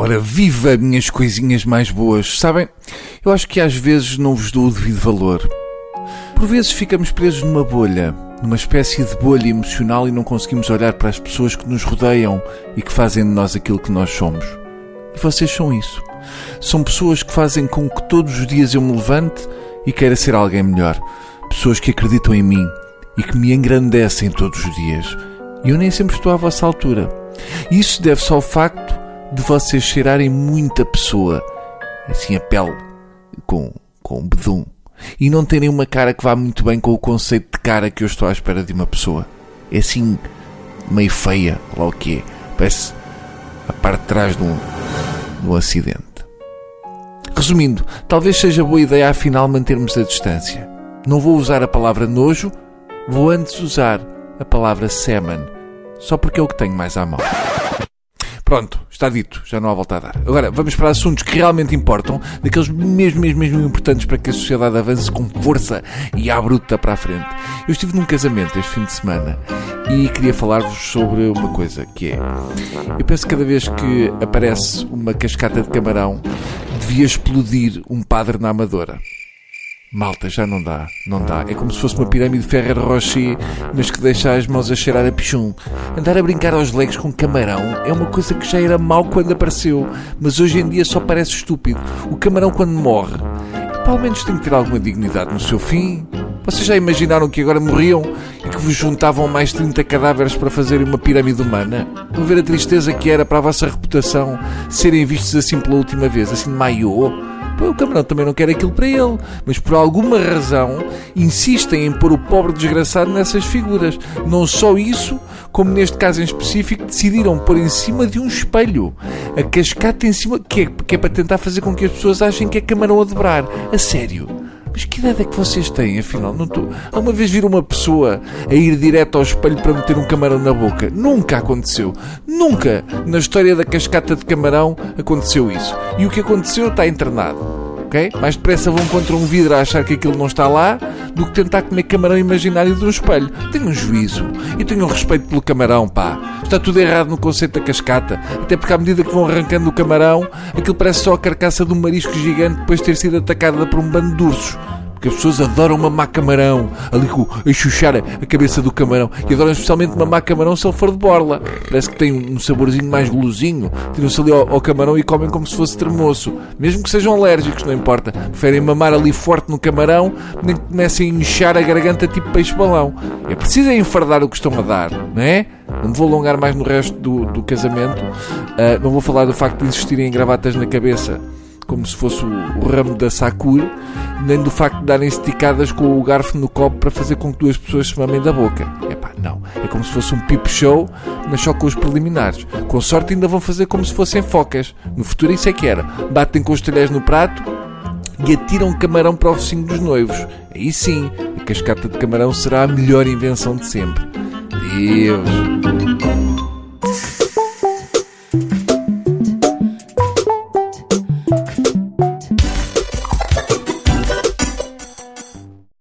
Ora, viva minhas coisinhas mais boas. Sabem, eu acho que às vezes não vos dou o devido valor. Por vezes ficamos presos numa bolha, numa espécie de bolha emocional e não conseguimos olhar para as pessoas que nos rodeiam e que fazem de nós aquilo que nós somos. E vocês são isso. São pessoas que fazem com que todos os dias eu me levante e queira ser alguém melhor. Pessoas que acreditam em mim e que me engrandecem todos os dias. E eu nem sempre estou à vossa altura. E isso deve-se ao facto de vocês cheirarem muita pessoa, assim a pele, com bedum, e não terem uma cara que vá muito bem com o conceito de cara que eu estou à espera de uma pessoa. É assim, meio feia, lá o que é. Parece a parte de trás de um acidente. Resumindo, talvez seja boa ideia afinal mantermos a distância. Não vou usar a palavra nojo, vou antes usar a palavra semen, só porque é o que tenho mais à mão. Pronto, está dito, já não há volta a dar. Agora, vamos para assuntos que realmente importam, daqueles mesmo importantes para que a sociedade avance com força e à bruta para a frente. Eu estive num casamento este fim de semana e queria falar-vos sobre uma coisa, que é... Eu penso que cada vez que aparece uma cascata de camarão, devia explodir um padre na Amadora. Malta, já não dá. É como se fosse uma pirâmide de Ferrero Rocher, mas que deixa as mãos a cheirar a pichum. Andar a brincar aos legos com camarão é uma coisa que já era mau quando apareceu, mas hoje em dia só parece estúpido. O camarão quando morre, pelo menos tem que ter alguma dignidade no seu fim. Vocês já imaginaram que agora morriam e que vos juntavam mais 30 cadáveres para fazerem uma pirâmide humana? Vão ver a tristeza que era para a vossa reputação serem vistos assim pela última vez, assim de maiô? O camarão também não quer aquilo para ele, mas por alguma razão insistem em pôr o pobre desgraçado nessas figuras. Não só isso, como neste caso em específico decidiram pôr em cima de um espelho a cascata em cima, que é para tentar fazer com que as pessoas achem que é camarão a dobrar. A sério? Mas que idade é que vocês têm, afinal? Alguma vez viram uma pessoa a ir direto ao espelho para meter um camarão na boca? Nunca aconteceu. Nunca na história da cascata de camarão aconteceu isso. E o que aconteceu está internado. Okay? Mais depressa vão contra um vidro a achar que aquilo não está lá do que tentar comer camarão imaginário de um espelho. Tenham um juízo e tenham respeito pelo camarão, pá. Está tudo errado no conceito da cascata. Até porque à medida que vão arrancando o camarão, aquilo parece só a carcaça de um marisco gigante depois de ter sido atacada por um bando de ursos. Porque as pessoas adoram mamar camarão, ali a chuchar a cabeça do camarão. E adoram especialmente mamar camarão se ele for de borla. Parece que tem um saborzinho mais golosinho. Tiram-se ali ao camarão e comem como se fosse tremoço. Mesmo que sejam alérgicos, não importa. Preferem mamar ali forte no camarão, nem que comecem a inchar a garganta tipo peixe-balão. É preciso enfardar o que estão a dar, não é? Não me vou alongar mais no resto do casamento. Não vou falar do facto de insistirem em gravatas na cabeça, como se fosse o ramo da Sakura, nem do facto de darem esticadas com o garfo no copo para fazer com que duas pessoas se mamem da boca. Epá, não. É como se fosse um peep show, mas só com os preliminares. Com sorte ainda vão fazer como se fossem focas. No futuro isso é que era. Batem com os talheres no prato e atiram camarão para o focinho dos noivos. Aí sim, a cascata de camarão será a melhor invenção de sempre. Deus!